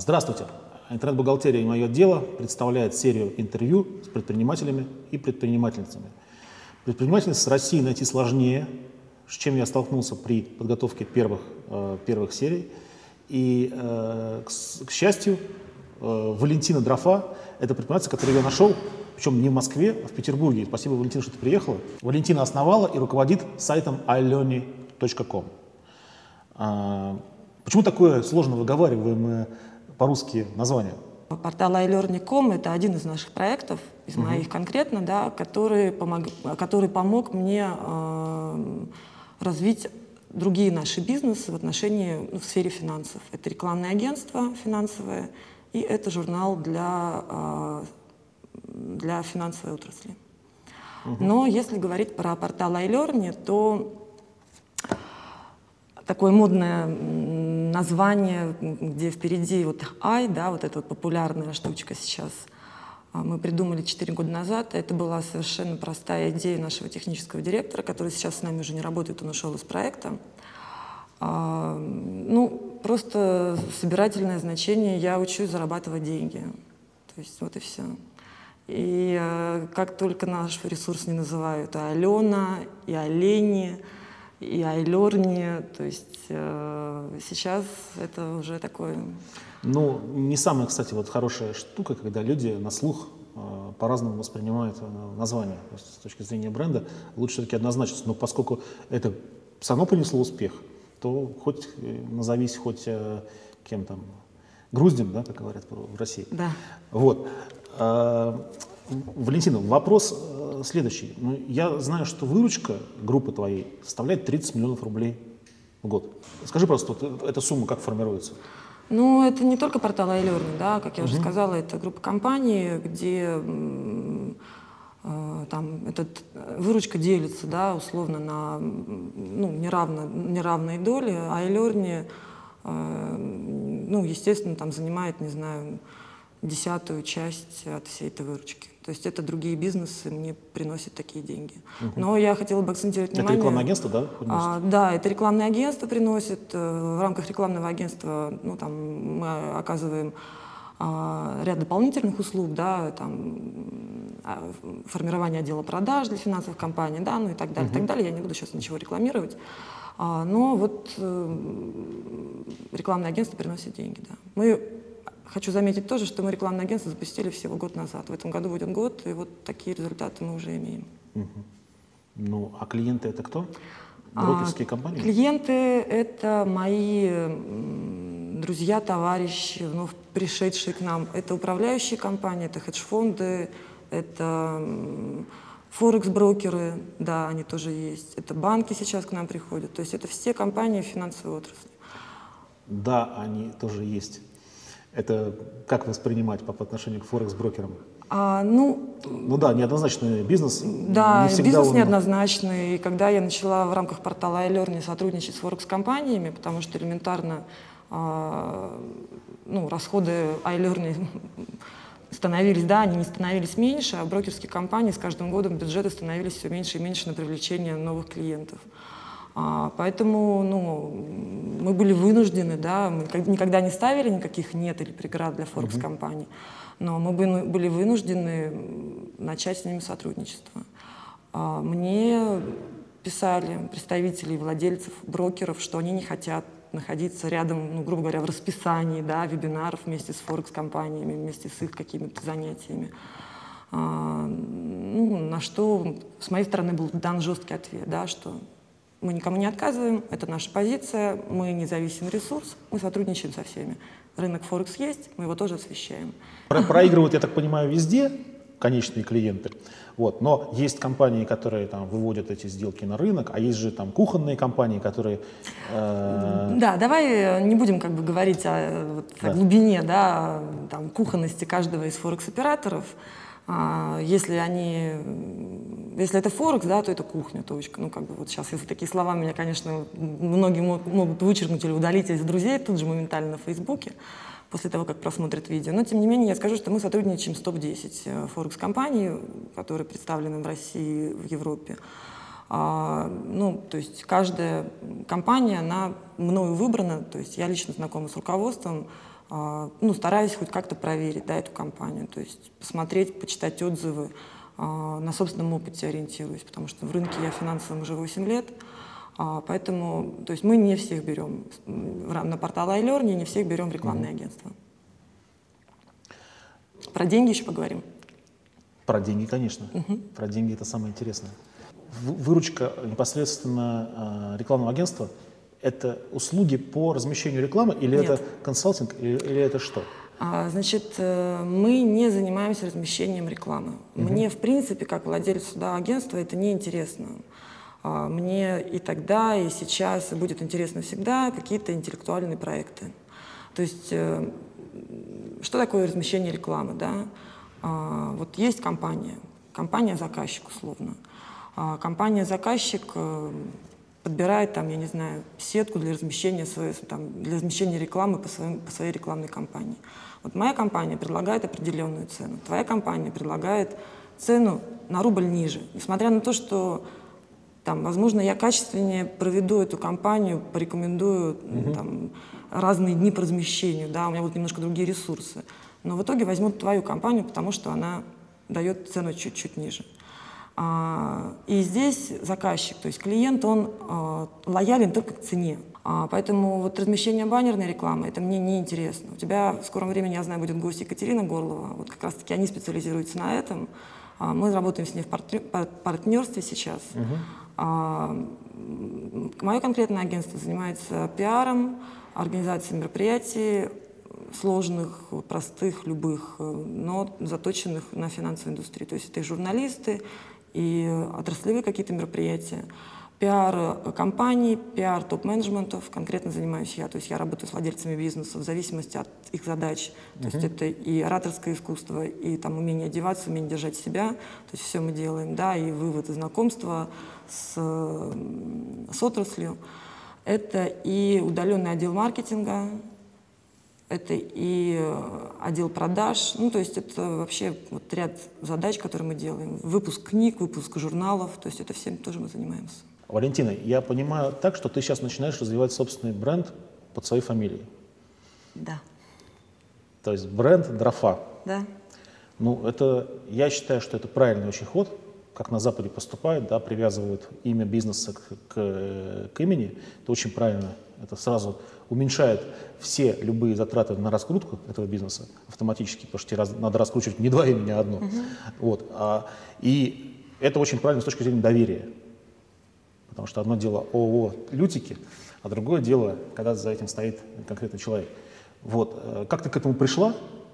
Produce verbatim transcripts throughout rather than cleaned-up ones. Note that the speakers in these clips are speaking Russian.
Здравствуйте. Интернет-бухгалтерия «Мое дело» представляет серию интервью с предпринимателями и предпринимательницами. Предпринимательниц в России найти сложнее, с чем я столкнулся при подготовке первых, э, первых серий. И, э, к, к счастью, э, Валентина Дрофа – это предприниматель, который я нашел, причем не в Москве, а в Петербурге. Спасибо, Валентина, что ты приехала. Валентина основала и руководит сайтом ай лерни точка ком. А, почему такое сложно выговариваемое по-русски название? Портал ай лерни точка ком – это один из наших проектов, из uh-huh. моих конкретно, да, который, помог, который помог мне э, развить другие наши бизнесы в отношении, ну, в сфере финансов. Это рекламное агентство финансовое и это журнал для, э, для финансовой отрасли. Uh-huh. Но если говорить про портал ай лерни, то такое модное название, где впереди вот «ай», да, вот эта вот популярная штучка сейчас, мы придумали четыре года назад. Это была совершенно простая идея нашего технического директора, который сейчас с нами уже не работает, он ушел из проекта. А, ну, просто собирательное значение «я учусь зарабатывать деньги». То есть вот и все. И а, как только наш ресурс не называют и Алена, и Олени, и ай лерни, то есть э, сейчас это уже такое... Ну, не самая, кстати, вот хорошая штука, когда люди на слух э, по-разному воспринимают э, название. То есть, с точки зрения бренда лучше все-таки однозначность. Но поскольку это все равно принесло успех, то хоть э, назовись хоть э, кем там, Груздем, да, как говорят в России. Да. Вот. Э, Валентина, вопрос э, следующий. Ну, я знаю, что выручка группы твоей составляет тридцать миллионов рублей в год. Скажи просто, вот, эта сумма как формируется? Ну, это не только портал ай лерни, да, как я uh-huh. уже сказала, это группа компаний, где э, там этот, выручка делится, да, условно на ну, неравно, неравные доли. ай лерни, э, ну, естественно, там занимает, не знаю, десятую часть от всей этой выручки. То есть это другие бизнесы мне приносят такие деньги. Uh-huh. Но я хотела бы акцентировать внимание... Это рекламное агентство, да? А, да, это рекламное агентство приносит. В рамках рекламного агентства ну, там, мы оказываем а, ряд дополнительных услуг, да, там, а, формирование отдела продаж для финансовых компаний, да, ну и так далее, uh-huh. так далее. Я не буду сейчас ничего рекламировать. А, но вот э, рекламное агентство приносит деньги, да. Мы Хочу заметить тоже, что мы рекламное агентство запустили всего год назад. В этом году будет год, и вот такие результаты мы уже имеем. Угу. Ну, а клиенты это кто? Брокерские а, компании? Клиенты — это мои друзья, товарищи, вновь пришедшие к нам. Это управляющие компании, это хедж-фонды, это форекс-брокеры, да, они тоже есть. Это банки сейчас к нам приходят. То есть это все компании финансовой отрасли. Да, они тоже есть. Это как воспринимать по, по отношению к форекс-брокерам? А, ну, ну да, неоднозначный бизнес. Да, не бизнес он... неоднозначный. И когда я начала в рамках портала ай лерни сотрудничать с форекс-компаниями, потому что элементарно а, ну, расходы ай лерни становились, да, они не становились меньше, а брокерские компании с каждым годом бюджеты становились все меньше и меньше на привлечение новых клиентов. А, поэтому ну, мы были вынуждены, да, мы никогда не ставили никаких нет или преград для форекс-компаний, но мы были вынуждены начать с ними сотрудничество. А, мне писали представители владельцев брокеров, что они не хотят находиться рядом, ну, грубо говоря, в расписании, да, вебинаров вместе с форекс-компаниями, вместе с их какими-то занятиями. А, ну, на что с моей стороны был дан жесткий ответ, да, что мы никому не отказываем, это наша позиция, мы независимый ресурс, мы сотрудничаем со всеми. Рынок Форекс есть, мы его тоже освещаем. Про- проигрывают, я так понимаю, везде конечные клиенты, вот, но есть компании, которые там выводят эти сделки на рынок, а есть же там кухонные компании, которые… Э... Да, давай не будем как бы говорить о, вот, да. о глубине, да, там, кухонности каждого из Форекс-операторов. Если они, если это Форекс, да, то это кухня, точка. Ну, как бы вот сейчас, если такие слова меня, конечно, многие могут вычеркнуть или удалить из друзей тут же моментально на Фейсбуке после того, как просмотрят видео. Но, тем не менее, я скажу, что мы сотрудничаем с топ десять Форекс-компаний, которые представлены в России, в Европе. А, ну, то есть каждая компания, она мною выбрана, то есть я лично знакома с руководством, ну, стараюсь хоть как-то проверить, да, эту компанию, то есть посмотреть, почитать отзывы, на собственном опыте ориентируюсь, потому что в рынке я финансовом уже восемь лет, поэтому, то есть мы не всех берем на портал iLearning, не всех берем в рекламное mm-hmm. агентство. Про деньги еще поговорим. Про деньги, конечно. Uh-huh. Про деньги это самое интересное. Выручка непосредственно рекламного агентства – это услуги по размещению рекламы или Нет. это консалтинг, или, или это что? А, значит, мы не занимаемся размещением рекламы. Uh-huh. Мне, в принципе, как владельцу да, агентства, это не интересно. А, мне и тогда, и сейчас, и будет интересно всегда какие-то интеллектуальные проекты. То есть, что такое размещение рекламы, да? А, вот есть компания, компания-заказчик условно. А, компания-заказчик а, подбирает там, я не знаю, сетку для размещения, своей, там, для размещения рекламы по, своим, по своей рекламной кампании. Вот моя компания предлагает определенную цену, твоя компания предлагает цену на рубль ниже. Несмотря на то, что там, возможно, я качественнее проведу эту кампанию, порекомендую mm-hmm. там, разные дни по размещению, да, у меня будут немножко другие ресурсы. Но в итоге возьмут твою компанию, потому что она дает цену чуть-чуть ниже. А, и здесь заказчик, то есть клиент, он а, лоялен только к цене. А, поэтому вот размещение баннерной рекламы, это мне не интересно. У тебя в скором времени, я знаю, будет гость Екатерина Горлова. Вот как раз-таки они специализируются на этом. А, мы работаем с ней в партнер, партнерстве сейчас. Uh-huh. А, мое конкретное агентство занимается пиаром, организацией мероприятий, сложных, простых, любых, но заточенных на финансовую индустрию. То есть это и журналисты, и отраслевые какие-то мероприятия, пиар компаний, пиар топ-менеджментов. Конкретно занимаюсь я. То есть я работаю с владельцами бизнеса в зависимости от их задач. То uh-huh. есть это и ораторское искусство, и там умение одеваться, умение держать себя. То есть все мы делаем, да, и вывод, и знакомство с, с отраслью. Это и удаленный отдел маркетинга, это и отдел продаж, ну, то есть это вообще вот ряд задач, которые мы делаем. Выпуск книг, выпуск журналов, то есть это всем тоже мы занимаемся. Валентина, я понимаю так, что ты сейчас начинаешь развивать собственный бренд под своей фамилией. Да. То есть бренд Дрофа. Да. Ну, это, я считаю, что это правильный очень ход, как на Западе поступают, да, привязывают имя бизнеса к, к, к имени. Это очень правильно. Это сразу уменьшает все любые затраты на раскрутку этого бизнеса автоматически, потому что тебе раз, надо раскручивать не два имени, а одно. Uh-huh. Вот. А, и это очень правильно с точки зрения доверия. Потому что одно дело ООО «Лютики», а другое дело, когда за этим стоит конкретный человек. Вот. Как ты к этому пришла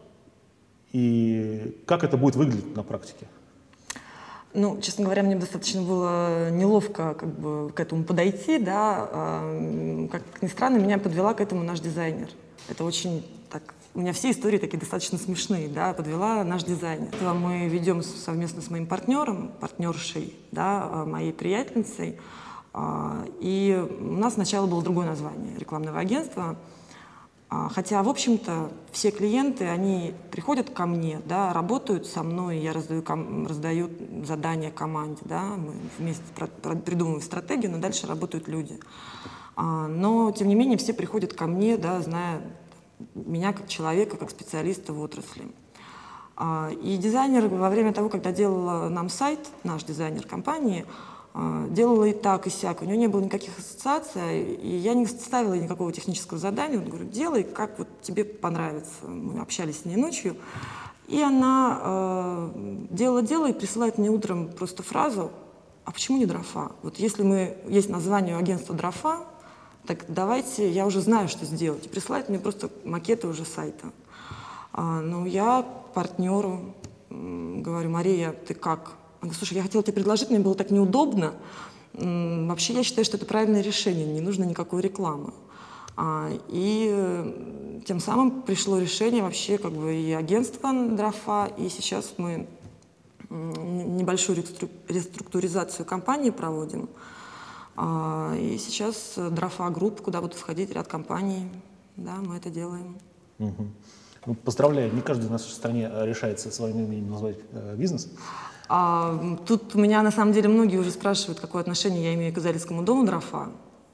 и как это будет выглядеть на практике? Ну, честно говоря, мне достаточно было неловко как бы к этому подойти, да. Как ни странно, меня подвела к этому наш дизайнер. Это очень так... У меня все истории такие достаточно смешные, да, подвела наш дизайнер. Мы ведем совместно с моим партнером, партнершей, да, моей приятельницей, и у нас сначала было другое название рекламного агентства. Хотя, в общем-то, все клиенты, они приходят ко мне, да, работают со мной, я раздаю, ком, раздаю задания команде, да, мы вместе про, про, придумываем стратегию, но дальше работают люди. А, но, тем не менее, все приходят ко мне, да, зная меня как человека, как специалиста в отрасли. А, и дизайнер во время того, когда делал нам сайт, наш дизайнер компании, делала и так, и сяк. У нее не было никаких ассоциаций, и я не ставила никакого технического задания. Вот говорю, делай, как вот тебе понравится. Мы общались с ней ночью. И она э, делала-делала и присылает мне утром просто фразу: а почему не Дрофа? Вот если мы, есть название у агентства Дрофа, так давайте, я уже знаю, что сделать. И присылает мне просто макеты уже сайта. А, ну, я партнеру м, говорю: Мария, ты как? Она говорит: слушай, я хотела тебе предложить, мне было так неудобно. Вообще, я считаю, что это правильное решение, не нужно никакой рекламы. А, и тем самым пришло решение вообще как бы и агентства Дрофа, и сейчас мы небольшую реструктуризацию компании проводим. А, и сейчас Дрофа Групп, куда будут входить ряд компаний, да, мы это делаем. Угу. Ну, поздравляю, не каждый в нашей стране решается своим именем назвать э, бизнес. А, тут у меня на самом деле многие уже спрашивают, какое отношение я имею к издательскому дому Дрофа.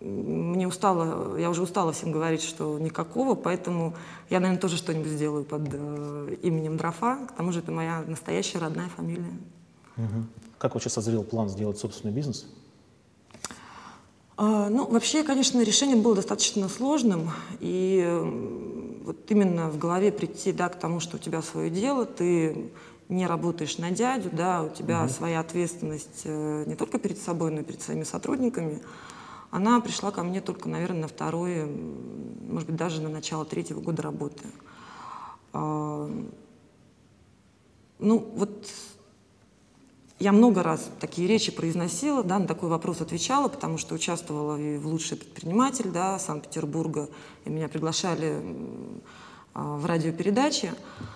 мне устала, я уже устала всем говорить, что никакого, поэтому я, наверное, тоже что-нибудь сделаю под э, именем Дрофа. К тому же это моя настоящая родная фамилия. Угу. Как вот сейчас созрел план сделать собственный бизнес? А, ну, вообще, конечно, решение было достаточно сложным. И э, вот именно в голове прийти, да, к тому, что у тебя свое дело, ты не работаешь на дядю, да, у тебя угу. своя ответственность э, не только перед собой, но и перед своими сотрудниками. Она пришла ко мне только, наверное, на второе, может быть, даже на начало третьего года работы. А, ну, вот я много раз такие речи произносила, да, на такой вопрос отвечала, потому что участвовала и в «Лучший предприниматель», да, Санкт-Петербурга, и меня приглашали а, в радиопередачи.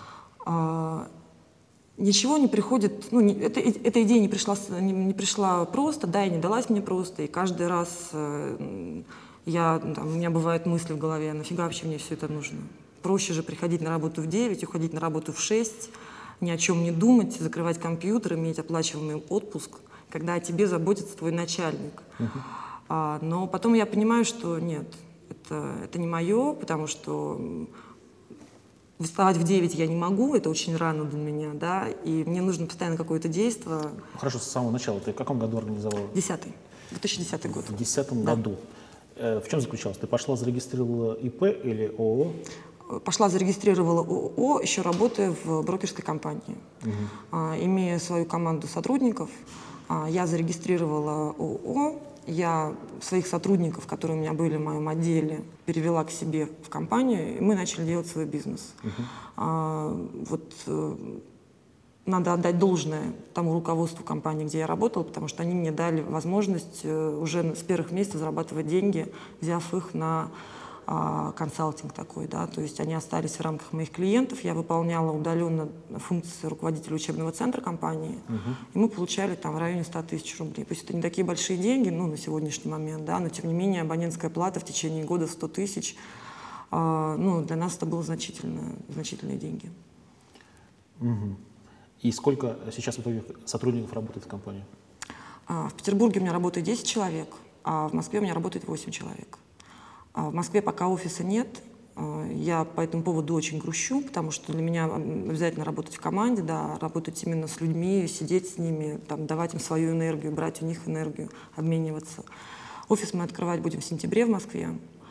А, Ничего не приходит, ну, не, это, эта идея не пришла, не, не пришла просто, да, и не далась мне просто, и каждый раз э, я, там, у меня бывают мысли в голове, нафига вообще мне все это нужно? Проще же приходить на работу в девять, уходить на работу в шесть, ни о чем не думать, закрывать компьютер, иметь оплачиваемый отпуск, когда о тебе заботится твой начальник. Uh-huh. А, но потом я понимаю, что нет, это, это не мое, потому что вставать в девять я не могу, это очень рано для меня, да, и мне нужно постоянно какое-то действие. Хорошо, с самого начала. Ты в каком году организовала? Десятый. две тысячи десятый год. В две тысячи десятом да. году. Э, в чем заключалось? Ты пошла, зарегистрировала ИП или ООО? Пошла, зарегистрировала ООО, еще работая в брокерской компании. Угу. А, имея свою команду сотрудников, а, я зарегистрировала ООО. Я своих сотрудников, которые у меня были в моем отделе, перевела к себе в компанию, и мы начали делать свой бизнес. Uh-huh. А, вот э, надо отдать должное тому руководству компании, где я работала, потому что они мне дали возможность э, уже с первых месяцев зарабатывать деньги, взяв их на а, консалтинг такой, да, то есть они остались в рамках моих клиентов, я выполняла удаленно функции руководителя учебного центра компании, uh-huh. и мы получали там в районе ста тысяч рублей. Пусть это не такие большие деньги, ну, на сегодняшний момент, да, но тем не менее абонентская плата в течение года сто тысяч, а, ну, для нас это было значительно, значительные деньги. Uh-huh. И сколько сейчас в итоге сотрудников работает в компании? А, в Петербурге у меня работает десять человек, а в Москве у меня работает восемь человек. В Москве пока офиса нет, я по этому поводу очень грущу, потому что для меня обязательно работать в команде, да, работать именно с людьми, сидеть с ними, там, давать им свою энергию, брать у них энергию, обмениваться. Офис мы открывать будем в сентябре в Москве.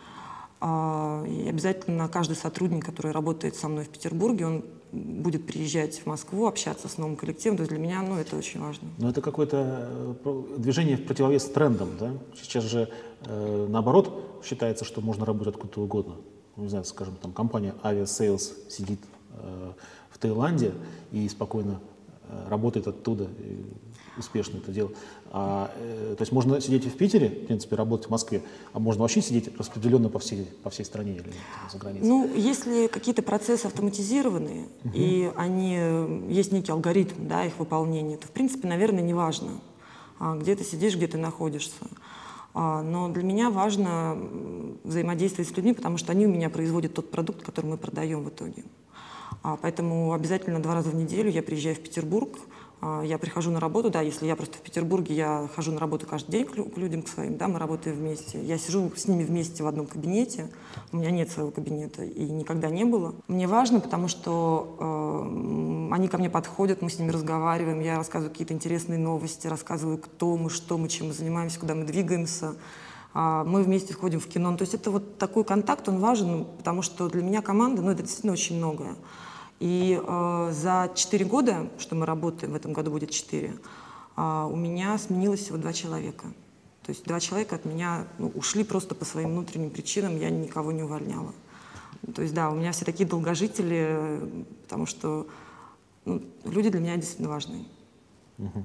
И обязательно каждый сотрудник, который работает со мной в Петербурге, он будет приезжать в Москву, общаться с новым коллективом. То есть для меня, ну, это очень важно. Но это какое-то движение в противовес трендам, да? Сейчас же э, наоборот считается, что можно работать откуда угодно. Не знаю, скажем, там компания Aviasales сидит э, в Таиланде и спокойно э, работает оттуда, и успешно это делает. А, э, то есть можно сидеть и в Питере, в принципе, работать в Москве, а можно вообще сидеть распределенно по всей, по всей стране или за границей. Ну, если какие-то процессы автоматизированные, uh-huh. и они, есть некий алгоритм, да, их выполнения, то, в принципе, наверное, не важно, где ты сидишь, где ты находишься. Но для меня важно взаимодействовать с людьми, потому что они у меня производят тот продукт, который мы продаем в итоге. Поэтому обязательно два раза в неделю я приезжаю в Петербург, я прихожу на работу, да, если я просто в Петербурге, я хожу на работу каждый день к людям, к своим, да, мы работаем вместе. Я сижу с ними вместе в одном кабинете, у меня нет своего кабинета и никогда не было. Мне важно, потому что э, они ко мне подходят, мы с ними разговариваем, я рассказываю какие-то интересные новости, рассказываю, кто мы, что мы, чем мы занимаемся, куда мы двигаемся. Э, мы вместе ходим в кино. То есть это вот такой контакт, он важен, потому что для меня команда, ну, это действительно очень многое. И э, за четыре года, что мы работаем, в этом году будет четыре, э, у меня сменилось всего два человека. То есть два человека от меня, ну, ушли просто по своим внутренним причинам, я никого не увольняла. То есть да, у меня все такие долгожители, потому что, ну, люди для меня действительно важны. Угу.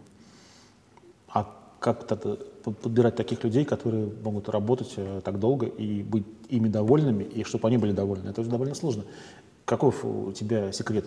А как подбирать таких людей, которые могут работать так долго и быть ими довольными, и чтобы они были довольны? Это уже довольно сложно. Каков у тебя секрет?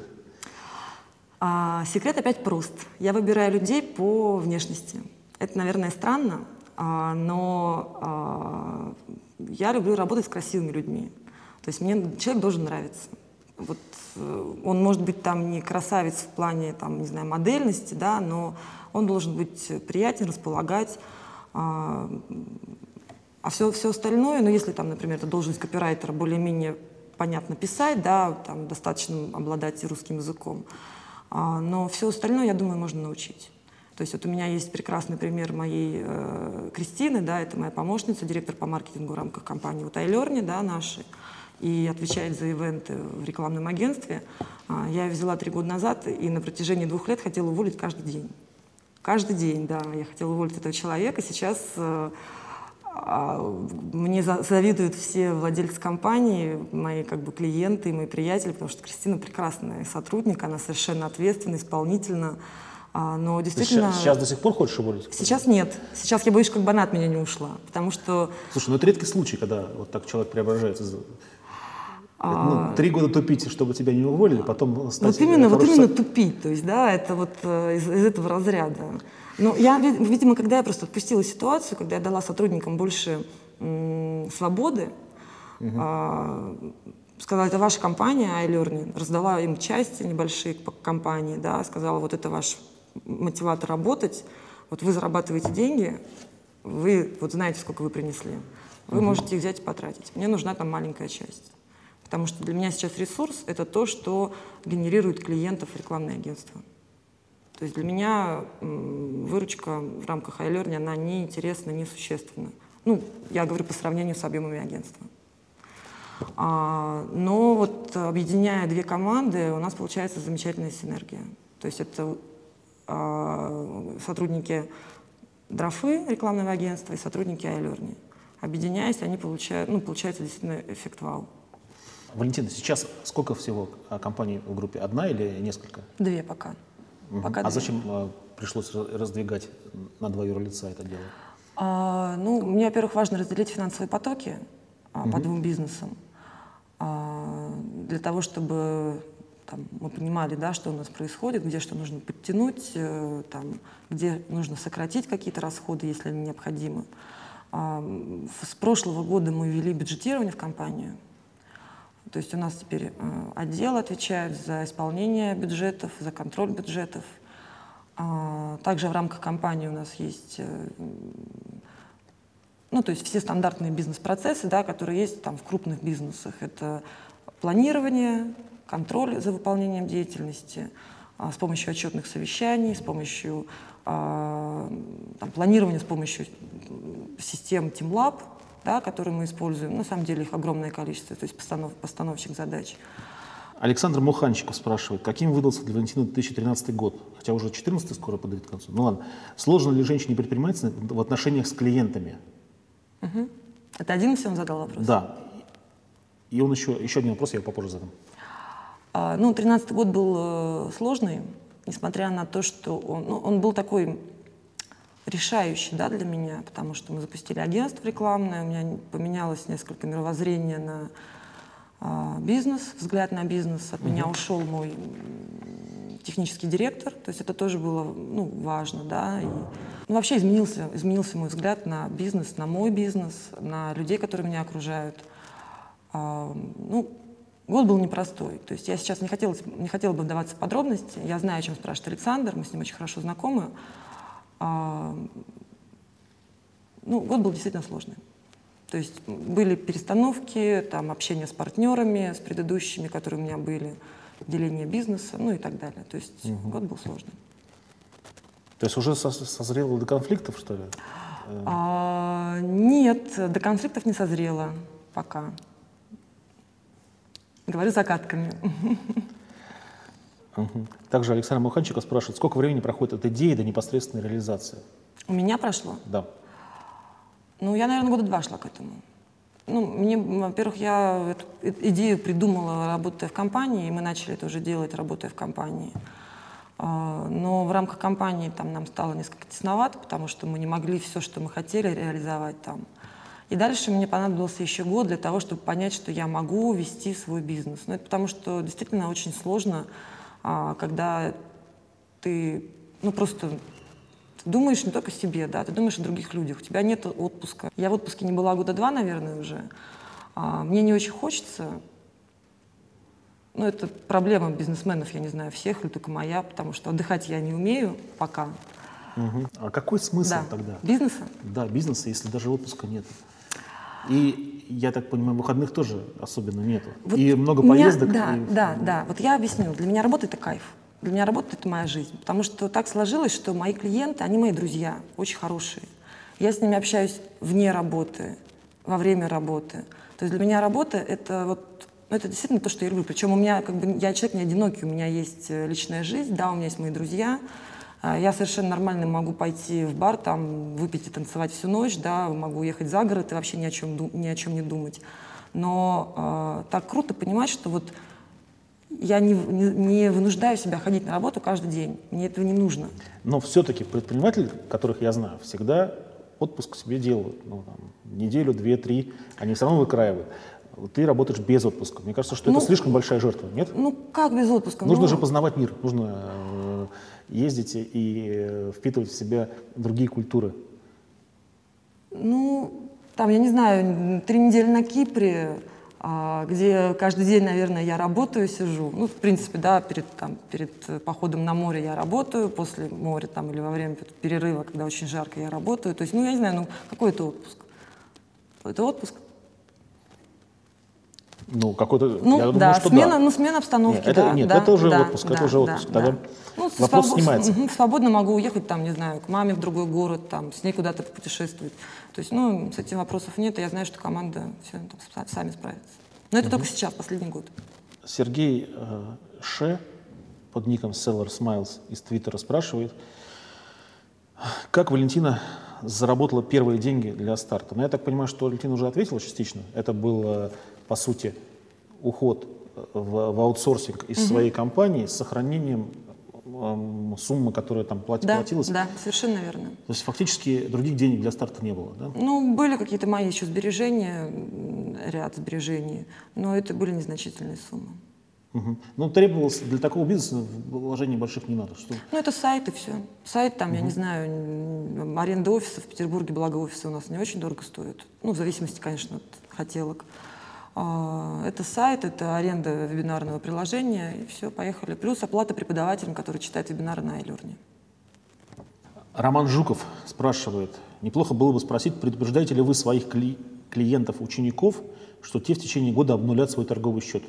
А, секрет опять прост. Я выбираю людей по внешности. Это, наверное, странно, а, но а, я люблю работать с красивыми людьми. То есть мне человек должен нравиться. Вот, он может быть там не красавец в плане, там, не знаю, модельности, да, но он должен быть приятен, располагать. А, А все, все остальное, ну, если там, например, это должность копирайтера более-менее понятно писать, да, там достаточно обладать и русским языком, а, но все остальное, я думаю, можно научить. То есть вот у меня есть прекрасный пример моей э, Кристины, да, это моя помощница, директор по маркетингу в рамках компании вот iLearn, да, нашей, и отвечает за ивенты в рекламном агентстве. А, я ее взяла три года назад и на протяжении двух лет хотела уволить каждый день. Каждый день, да, я хотела уволить этого человека. Сейчас э, э, мне за, завидуют все владельцы компании, мои как бы клиенты, мои приятели, потому что Кристина прекрасный сотрудник, она совершенно ответственна, исполнительна. А, но действительно... Сейчас, сейчас до сих пор хочешь уволить? Сейчас нет. Сейчас я боюсь, как бы она от меня не ушла, потому что... Слушай, ну это редкий случай, когда вот так человек преображается. А... Ну, три года тупить, чтобы тебя не уволили, потом стать... Вот именно, вот именно со... тупить, то есть, да, это вот э, из, из этого разряда. Но я, видимо, когда я просто отпустила ситуацию, когда я дала сотрудникам больше м, свободы, угу. а, сказала, это ваша компания, iLearn, раздала им части небольшие по компании, да, сказала, вот это ваш мотиватор работать, вот вы зарабатываете деньги, вы вот знаете, сколько вы принесли, вы угу. можете их взять и потратить. Мне нужна там маленькая часть. Потому что для меня сейчас ресурс — это то, что генерирует клиентов рекламное агентство. То есть для меня выручка в рамках iLearn, она не интересна, не существенна. Ну, я говорю по сравнению с объемами агентства. А, но вот объединяя две команды, у нас получается замечательная синергия. То есть это а, сотрудники Драфы, рекламного агентства, и сотрудники iLearn. Объединяясь, они получают, ну, получается действительно эффект вау. Валентина, сейчас сколько всего компаний в группе? Одна или несколько? Две пока. Угу. пока а две. Зачем а, пришлось раздвигать на два юрлица это дело? А, ну, мне, во-первых, важно разделить финансовые потоки а, угу. по двум бизнесам. А, для того, чтобы там, мы понимали, да, что у нас происходит, где что нужно подтянуть, э, там, где нужно сократить какие-то расходы, если они необходимы. А, с прошлого года мы ввели бюджетирование в компанию. То есть у нас теперь э, отдел отвечает за исполнение бюджетов, за контроль бюджетов. А, также в рамках компании у нас есть, э, ну, то есть все стандартные бизнес-процессы, да, которые есть там в крупных бизнесах. Это планирование, контроль за выполнением деятельности а, с помощью отчетных совещаний, с помощью а, там, планирования, с помощью систем TeamLab, да, которые мы используем. На самом деле их огромное количество, то есть постанов, постановщик задач. Александр Муханчиков спрашивает, каким выдался для Валентины две тысячи тринадцатый год? Хотя уже четырнадцатый скоро подойдет к концу. Ну ладно. Сложно ли женщине-предпринимательнице в отношениях с клиентами? Угу. Это один все он задал вопрос? Да. И он еще, еще один вопрос, я его попозже задам. А, ну, тринадцатый год был э, сложный, несмотря на то, что он, ну, он был такой... решающий, да, для меня, потому что мы запустили агентство рекламное, у меня поменялось несколько мировоззрения на а, бизнес, взгляд на бизнес. От uh-huh. меня ушел мой технический директор, то есть это тоже было, ну, важно, да. И, ну, вообще изменился, изменился мой взгляд на бизнес, на мой бизнес, на людей, которые меня окружают. А, ну, год был непростой. То есть я сейчас не хотела, не хотела бы вдаваться в подробности. Я знаю, о чем спрашивает Александр, мы с ним очень хорошо знакомы. А, ну, год был действительно сложный. То есть были перестановки, там, общение с партнерами, с предыдущими, которые у меня были, деление бизнеса, ну и так далее. То есть угу. год был сложный. То есть уже созрело до конфликтов, что ли? А, нет, до конфликтов не созрело пока. Говорю загадками. Угу. Также Александр Муханчиков спрашивает, сколько времени проходит от идеи до непосредственной реализации? У меня прошло? Да. Ну, я, наверное, года два шла к этому. Ну, мне, во-первых, я эту идею придумала, работая в компании, и мы начали это уже делать, работая в компании. Но в рамках компании там нам стало несколько тесновато, потому что мы не могли все, что мы хотели, реализовать там. И дальше мне понадобился еще год для того, чтобы понять, что я могу вести свой бизнес. Ну, это потому что действительно очень сложно, когда ты, ну, просто ты думаешь не только о себе, да, ты думаешь о других людях, у тебя нет отпуска. Я в отпуске не была года два, наверное, уже. Мне не очень хочется. Ну, это проблема бизнесменов, я не знаю, всех или только моя, потому что отдыхать я не умею пока. Угу. А какой смысл да. тогда? Бизнеса? Да, бизнеса, если даже отпуска нет. И, я так понимаю, выходных тоже особенно нету. Вот и много меня, поездок. Да, и... да, да. Вот я объясню. Для меня работа — это кайф. Для меня работа — это моя жизнь. Потому что так сложилось, что мои клиенты, они мои друзья, очень хорошие. Я с ними общаюсь вне работы, во время работы. То есть для меня работа — это вот, ну, это действительно то, что я люблю. Причем у меня, как бы, я человек не одинокий, у меня есть личная жизнь, да, у меня есть мои друзья. Я совершенно нормально могу пойти в бар, там, выпить и танцевать всю ночь, да, могу уехать за город и вообще ни о чем, ни о чем не думать. Но э, так круто понимать, что вот я не, не, не вынуждаю себя ходить на работу каждый день. Мне этого не нужно. Но все-таки предприниматели, которых я знаю, всегда отпуск себе делают. Ну, там, неделю, две, три, они все равно выкраивают. Ты работаешь без отпуска. Мне кажется, что ну, это слишком большая жертва, нет? Ну, как без отпуска? Нужно ну... же познавать мир, нужно э, ездить и э, впитывать в себя другие культуры. Ну, там, я не знаю, три недели на Кипре, а, где каждый день, наверное, я работаю, сижу. Ну, в принципе, да, перед, там, перед походом на море я работаю, после моря там, или во время перерыва, когда очень жарко, я работаю. То есть, ну, я не знаю, ну, какой это отпуск? Это отпуск? Ну, какой-то, ну, я думаю, да, что смена, да. Ну, смена обстановки, нет, это, да. Нет, да, это уже да, отпуск, да, это уже отпуск. Да, Тогда да. Ну, вопрос свобод... снимается. Свободно могу уехать, там, не знаю, к маме в другой город, там, с ней куда-то путешествовать. То есть, ну, с этим вопросов нет, и я знаю, что команда все там, сами справится. Но это угу. только сейчас, последний год. Сергей э, Ше под ником Seller Smiles из Твиттера спрашивает, как Валентина заработала первые деньги для старта. Но я так понимаю, что Валентина уже ответила частично. Это был, по сути, уход в, в аутсорсинг из угу. своей компании с сохранением э, суммы, которая там плати, да, платилась. Да, совершенно верно. То есть фактически других денег для старта не было, да? Ну, были какие-то мои еще сбережения, ряд сбережений, но это были незначительные суммы. Угу. Ну, требовалось для такого бизнеса вложений больших не надо. Что? Ну, это сайт и все. Сайт там, угу. я не знаю, аренда офиса в Петербурге, благо офисы у нас не очень дорого стоят. Ну, в зависимости, конечно, от хотелок. Это сайт, это аренда вебинарного приложения, и все, поехали. Плюс оплата преподавателям, которые читают вебинары на iLearning. Роман Жуков спрашивает, неплохо было бы спросить, предупреждаете ли вы своих кли- клиентов, учеников, что те в течение года обнулят свой торговый счет?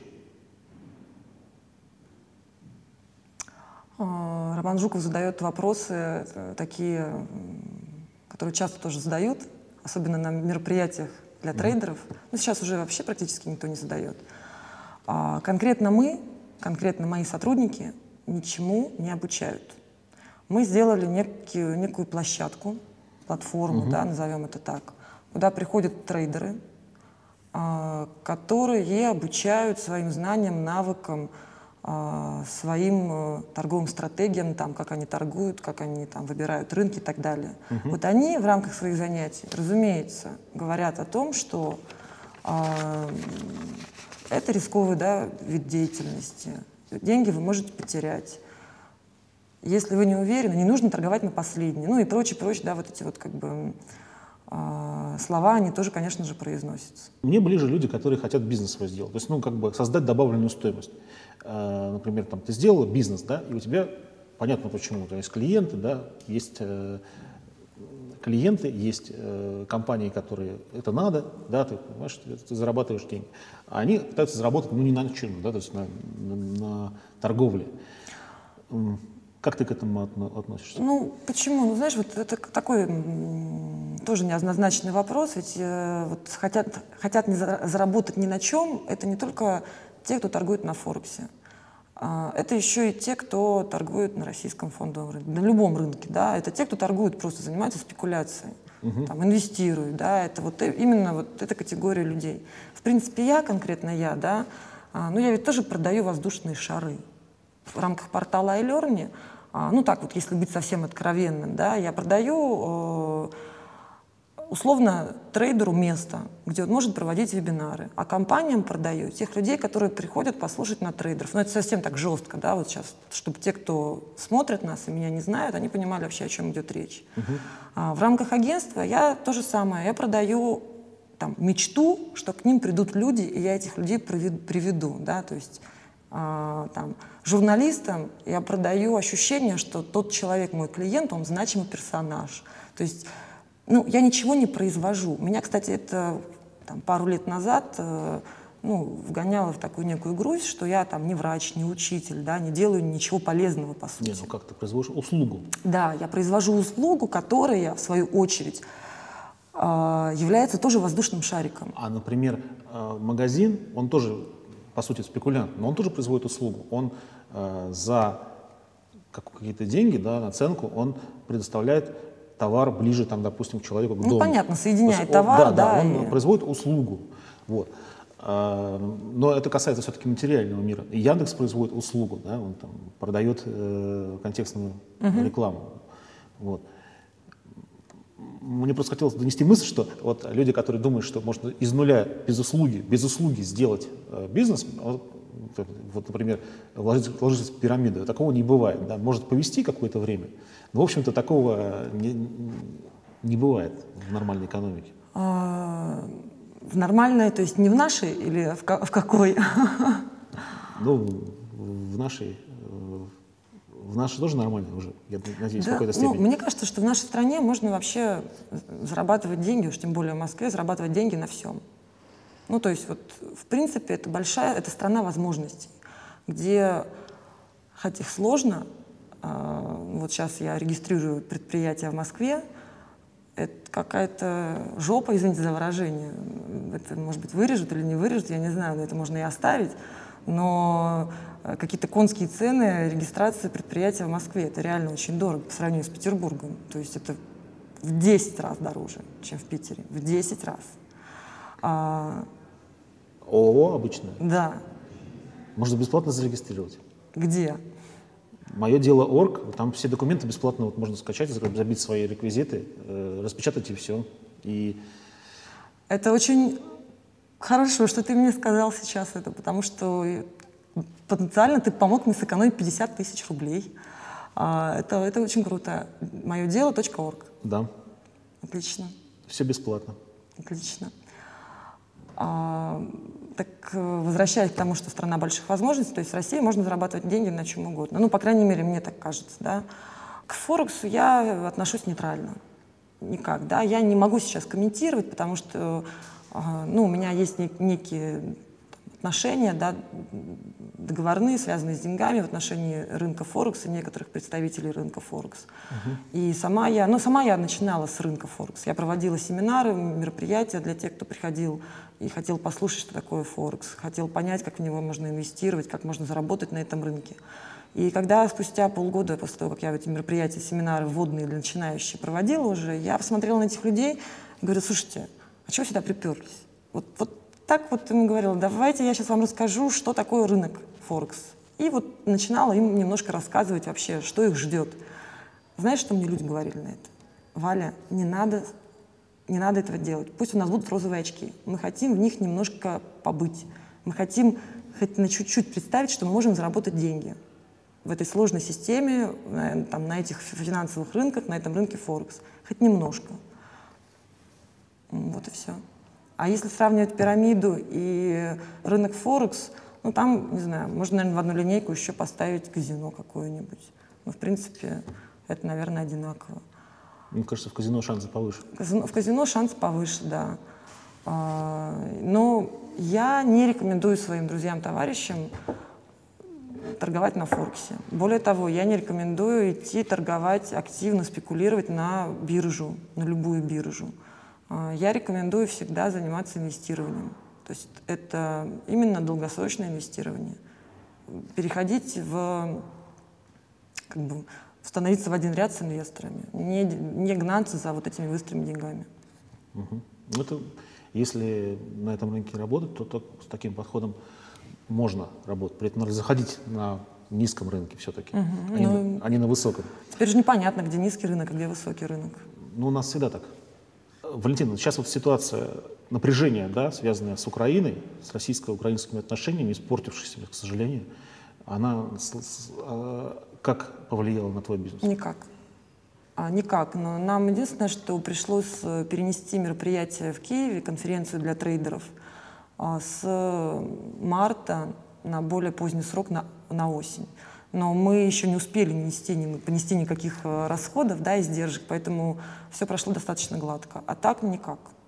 Роман Жуков задает вопросы такие, которые часто тоже задают, особенно на мероприятиях для mm-hmm. трейдеров. Ну, сейчас уже вообще практически никто не задает. А конкретно мы, конкретно мои сотрудники ничему не обучают. Мы сделали некую, некую площадку, платформу, mm-hmm. да, назовем это так, куда приходят трейдеры, а, которые обучают своим знаниям, навыкам, своим торговым стратегиям, там, как они торгуют, как они там, выбирают рынки и так далее. Uh-huh. Вот они в рамках своих занятий, разумеется, говорят о том, что э, это рисковый, да, вид деятельности. Деньги вы можете потерять. Если вы не уверены, не нужно торговать на последнее. Ну и прочее, прочее, да, вот эти вот как бы э, слова, они тоже, конечно же, произносятся. Мне ближе люди, которые хотят бизнес свой сделать. То есть, ну, как бы создать добавленную стоимость. Например, там, ты сделала бизнес, да, и у тебя, понятно почему, у тебя есть клиенты, да, есть э, клиенты, есть э, компании, которые это надо, да, ты понимаешь, ты, ты зарабатываешь деньги. А они пытаются заработать, ну, не на чем, да, то есть на, на, на торговле. Как ты к этому относишься? Ну, почему? Ну, знаешь, вот это такой тоже неоднозначный вопрос, ведь э, вот хотят, хотят не за, заработать ни на чем, это не только те, кто торгует на Форексе. Это еще и те, кто торгует на российском фондовом рынке, на любом рынке. Да? Это те, кто торгует, просто занимается спекуляцией, угу. там, инвестирует. Да? Это вот именно вот эта категория людей. В принципе, я, конкретно я, да, ну, я ведь тоже продаю воздушные шары. В рамках портала iLearning, ну так вот, если быть совсем откровенным, да, я продаю условно трейдеру место, где он может проводить вебинары, а компаниям продаю тех людей, которые приходят послушать на трейдеров. Но это совсем так жестко, да, вот сейчас, чтобы те, кто смотрит нас и меня не знают, они понимали вообще, о чем идет речь. Uh-huh. А в рамках агентства я то же самое, я продаю там, мечту, что к ним придут люди, и я этих людей приведу, да, то есть а, там, журналистам я продаю ощущение, что тот человек, мой клиент, он значимый персонаж. То есть ну, я ничего не произвожу. Меня, кстати, это там, пару лет назад ну, вгоняла в такую некую грусть, что я там не врач, не учитель, да, не делаю ничего полезного, по сути. Не, ну как ты производишь услугу? Да, я произвожу услугу, которая, в свою очередь, является тоже воздушным шариком. А, например, магазин, он тоже, по сути, спекулянт, но он тоже производит услугу. Он э, за какие-то деньги, да, наценку, он предоставляет товар ближе, там, допустим, к человеку, к ну, дому. понятно, соединяет он, товар, да, да. да, он и... производит услугу. Вот. Но это касается все-таки материального мира. И Яндекс производит услугу, да, он там продает э, контекстную uh-huh. рекламу. Вот. Мне просто хотелось донести мысль, что вот люди, которые думают, что можно из нуля, без услуги, без услуги сделать э, бизнес, вот, вот, например, вложиться, вложиться в пирамиду, такого не бывает. Да? Может повести какое-то время, но, в общем-то, такого не, не бывает в нормальной экономике. А, в нормальной, то есть не в нашей или в, в какой? Ну, в нашей, в нашей тоже нормально уже, я надеюсь, да, в какой-то степени. Ну, мне кажется, что в нашей стране можно вообще зарабатывать деньги, уж тем более в Москве, зарабатывать деньги на всем. Ну, то есть, вот, в принципе, это большая, это страна возможностей, где, хоть их сложно, э, вот сейчас я регистрирую предприятие в Москве, это какая-то жопа, извините за выражение. Это, может быть, вырежут или не вырежут, я не знаю, но это можно и оставить. Но какие-то конские цены регистрации предприятия в Москве, это реально очень дорого по сравнению с Петербургом. То есть это в десять раз дороже, чем в Питере. В десять раз. А... ООО обычно? Да. Можно бесплатно зарегистрировать. Где? Мое дело орг, там все документы бесплатно вот можно скачать, забить свои реквизиты, э, распечатать и все. И... Это очень хорошо, что ты мне сказал сейчас это, потому что потенциально ты помог мне сэкономить пятьдесят тысяч рублей. А, это, это очень круто. Мое дело .орг. Да. Отлично. Все бесплатно. Отлично. А, так, возвращаясь к тому, что страна больших возможностей, то есть в России можно зарабатывать деньги на чем угодно. Ну, по крайней мере, мне так кажется, да. К Форексу я отношусь нейтрально. Никак, да. Я не могу сейчас комментировать, потому что, ну, у меня есть некие отношения, да, договорные, связанные с деньгами в отношении рынка Форекс и некоторых представителей рынка Форекс. Uh-huh. И сама я, ну, сама я начинала с рынка Форекс. Я проводила семинары, мероприятия для тех, кто приходил и хотел послушать, что такое Форекс, хотел понять, как в него можно инвестировать, как можно заработать на этом рынке. И когда спустя полгода, после того, как я эти мероприятия, семинары вводные для начинающих проводила уже, я посмотрела на этих людей и говорю: слушайте, а чего сюда приперлись? Вот, вот так вот ему говорила: давайте я сейчас вам расскажу, что такое рынок Форекс. И вот начинала им немножко рассказывать вообще, что их ждет. Знаешь, что мне люди говорили на это? Валя, не надо, не надо этого делать. Пусть у нас будут розовые очки. Мы хотим в них немножко побыть. Мы хотим хоть на чуть-чуть представить, что мы можем заработать деньги в этой сложной системе, на, там, на этих финансовых рынках, на этом рынке Форекс. Хоть немножко. Вот и все. А если сравнивать пирамиду и рынок Форекс, ну там, не знаю, можно, наверное, в одну линейку еще поставить казино какое-нибудь. Но, в принципе, это, наверное, одинаково. Мне кажется, в казино шансы повыше. Казино, в казино шансы повыше, да. А, но я не рекомендую своим друзьям, товарищам торговать на Форексе. Более того, я не рекомендую идти торговать, активно спекулировать на биржу, на любую биржу. Я рекомендую всегда заниматься инвестированием. То есть это именно долгосрочное инвестирование. Переходить в, как бы, становиться в один ряд с инвесторами, не, не гнаться за вот этими быстрыми деньгами. Угу. Это, если на этом рынке работать, то, то с таким подходом можно работать. При этом надо заходить на низком рынке все-таки, угу. а, ну, не, а не на высоком. Теперь же непонятно, где низкий рынок, а где высокий рынок. Ну, у нас всегда так. Валентина, сейчас вот ситуация напряжения, да, связанная с Украиной, с российско-украинскими отношениями, испортившаяся, к сожалению, она с, с, а, как повлияла на твой бизнес? Никак. А, никак. Но нам единственное, что пришлось перенести мероприятие в Киеве, конференцию для трейдеров, а, с марта на более поздний срок, на, на осень. Но мы еще не успели нести, не, понести никаких расходов, да, издержек, поэтому все прошло достаточно гладко. А так никак. То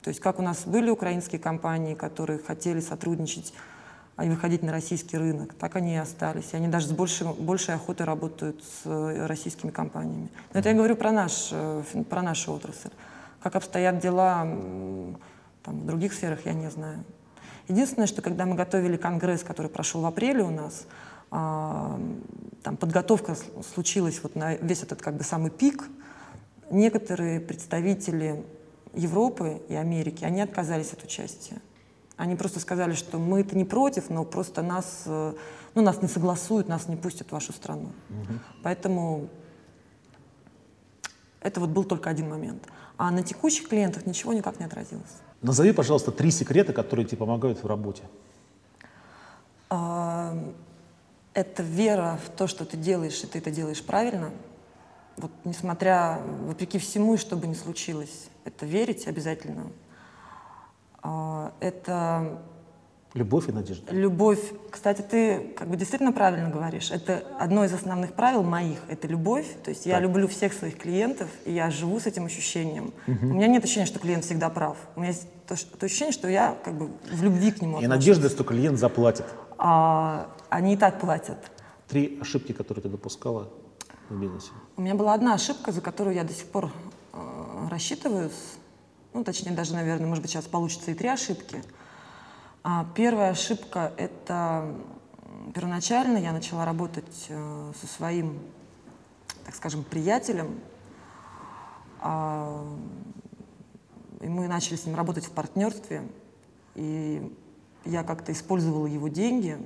То есть как у нас были украинские компании, которые хотели сотрудничать и выходить на российский рынок, так они и остались. И они даже с большей, большей охотой работают с российскими компаниями. Но это я говорю про, наш, про нашу отрасль. Как обстоят дела там, в других сферах, я не знаю. Единственное, что когда мы готовили конгресс, который прошел в апреле у нас, а, там подготовка случилась вот на весь этот как бы самый пик, некоторые представители Европы и Америки, они отказались от участия. Они просто сказали, что мы это не против, но просто нас, ну, нас не согласуют, нас не пустят в вашу страну. Угу. Поэтому это вот был только один момент. А на текущих клиентах ничего никак не отразилось. Назови, пожалуйста, три секрета, которые тебе помогают в работе. А, это вера в то, что ты делаешь, и ты это делаешь правильно. Вот несмотря, вопреки всему, и что бы ни случилось, это верить обязательно. А, это... Любовь и надежда. Любовь. Кстати, ты как бы действительно правильно говоришь. Это одно из основных правил моих. Это любовь. То есть так. Я люблю всех своих клиентов, и я живу с этим ощущением. Угу. У меня нет ощущения, что клиент всегда прав. У меня есть то, то ощущение, что я как бы в любви к нему и отношусь. надежда, что клиент заплатит. А, они и так платят. Три ошибки, которые ты допускала в бизнесе. У меня была одна ошибка, за которую я до сих пор э, рассчитываюсь. Ну, точнее, даже, наверное, может быть, сейчас получится и три ошибки. А первая ошибка — это первоначально я начала работать э, со своим, так скажем, приятелем. А, и мы начали с ним работать в партнерстве. И я как-то использовала его деньги.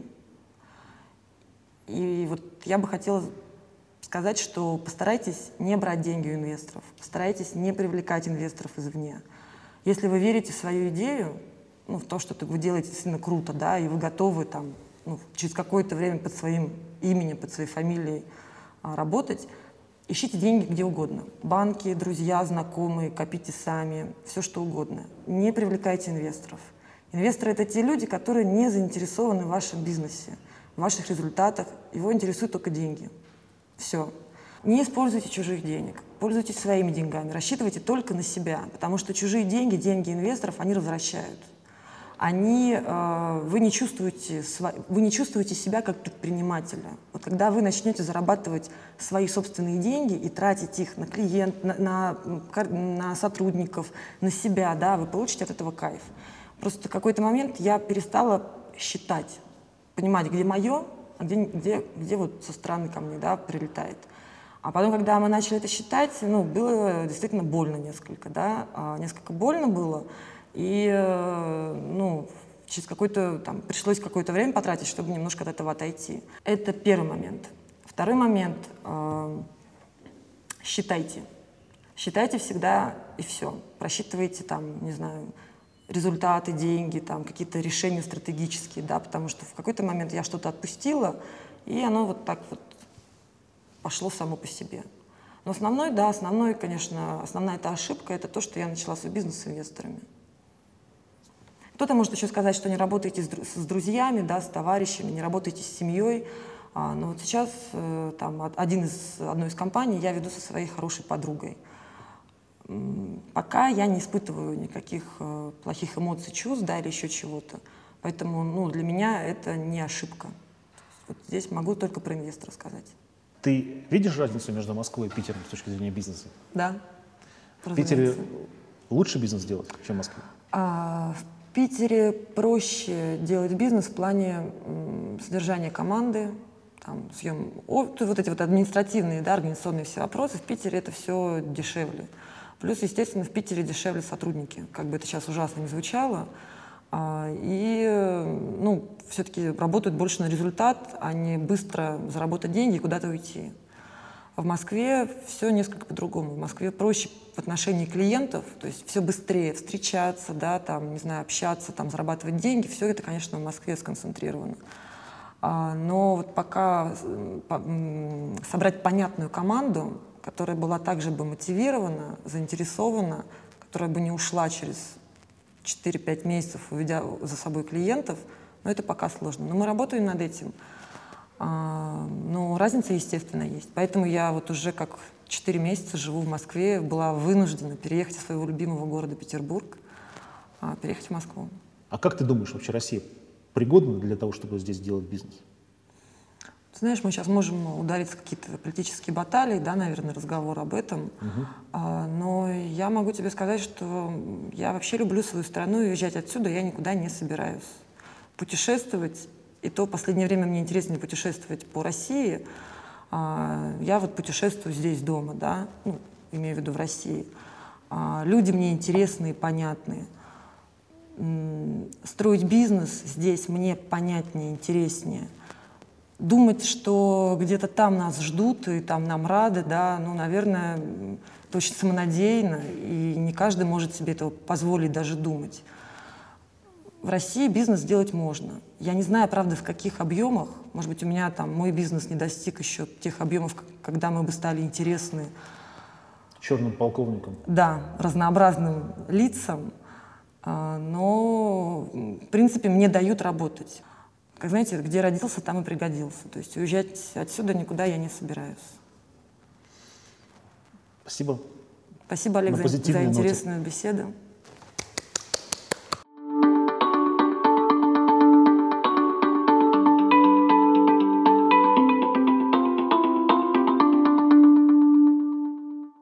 И вот я бы хотела сказать, что постарайтесь не брать деньги у инвесторов, постарайтесь не привлекать инвесторов извне. Если вы верите в свою идею, ну, в то, что вы делаете действительно круто, да, и вы готовы там, ну, через какое-то время под своим именем, под своей фамилией а, работать, ищите деньги где угодно. Банки, друзья, знакомые, копите сами, все что угодно. Не привлекайте инвесторов. Инвесторы — это те люди, которые не заинтересованы в вашем бизнесе, в ваших результатах, его интересуют только деньги. Все. Не используйте чужих денег, пользуйтесь своими деньгами, рассчитывайте только на себя, потому что чужие деньги, деньги инвесторов, они развращают. Они, э, вы, не чувствуете, вы не чувствуете себя как предпринимателя. Вот когда вы начнете зарабатывать свои собственные деньги и тратить их на клиент, на, на, на сотрудников, на себя, да, вы получите от этого кайф. Просто в какой-то момент я перестала считать, понимать, где мое, а где, где, где вот со стороны ко мне, да, прилетает. А потом, когда мы начали это считать, ну, было действительно больно несколько, да, а, несколько больно было, и, ну, через какое-то, там, пришлось какое-то время потратить, чтобы немножко от этого отойти. Это первый момент. Второй момент, э, считайте. Считайте всегда и все. Просчитывайте, там, не знаю, результаты, деньги, там, какие-то решения стратегические, да, потому что в какой-то момент я что-то отпустила, и оно вот так вот пошло само по себе. Но основной, да, основной, конечно, основная эта ошибка — это то, что я начала свой бизнес с инвесторами. Кто-то может еще сказать, что не работаете с, с друзьями, да, с товарищами, не работаете с семьей. А, но вот сейчас э, там, один из, одной из компаний я веду со своей хорошей подругой. Пока я не испытываю никаких э, плохих эмоций, чувств, да, или еще чего-то. Поэтому, ну, для меня это не ошибка. Вот здесь могу только про инвестора сказать. Ты видишь разницу между Москвой и Питером с точки зрения бизнеса? Да. В Питере лучше бизнес делать, чем в Москве? А, в Питере проще делать бизнес в плане м, содержания команды, там, съем, о, вот эти вот административные, да, организационные все вопросы. В Питере это все дешевле. Плюс, естественно, в Питере дешевле сотрудники, как бы это сейчас ужасно не звучало. А, и, ну, все-таки работают больше на результат, а не быстро заработать деньги и куда-то уйти. А в Москве все несколько по-другому. В Москве проще в отношении клиентов, то есть все быстрее встречаться, да, там, не знаю, общаться, там, зарабатывать деньги. Все это, конечно, в Москве сконцентрировано. А, но вот пока по, собрать понятную команду, которая была также бы мотивирована, заинтересована, которая бы не ушла через четыре-пять месяцев, уведя за собой клиентов, но это пока сложно. Но мы работаем над этим. А, но разница, естественно, есть. Поэтому я вот уже как четыре месяца живу в Москве, была вынуждена переехать из своего любимого города Петербург. а, переехать в Москву. А как ты думаешь, вообще Россия пригодна для того, чтобы здесь делать бизнес? Ты знаешь, мы сейчас можем удариться в какие-то политические баталии, да, наверное, разговор об этом. Угу. А, но я могу тебе сказать, что я вообще люблю свою страну, и уезжать отсюда я никуда не собираюсь. Путешествовать, и то в последнее время мне интереснее путешествовать по России. А, я вот путешествую здесь дома, да, ну, имею в виду в России. А, люди мне интересные, понятные. Строить бизнес здесь мне понятнее, интереснее. Думать, что где-то там нас ждут и там нам рады, да, ну, наверное, это очень самонадеянно, и не каждый может себе этого позволить даже думать. В России бизнес делать можно. Я не знаю, правда, в каких объемах. Может быть, у меня там мой бизнес не достиг еще тех объемов, когда мы бы стали интересны. Черным полковником. Да, разнообразным лицам. Но, в принципе, мне дают работать. Как знаете, где родился, там и пригодился. То есть уезжать отсюда никуда я не собираюсь. Спасибо. Спасибо, Олег, за, за интересную ноте. беседу.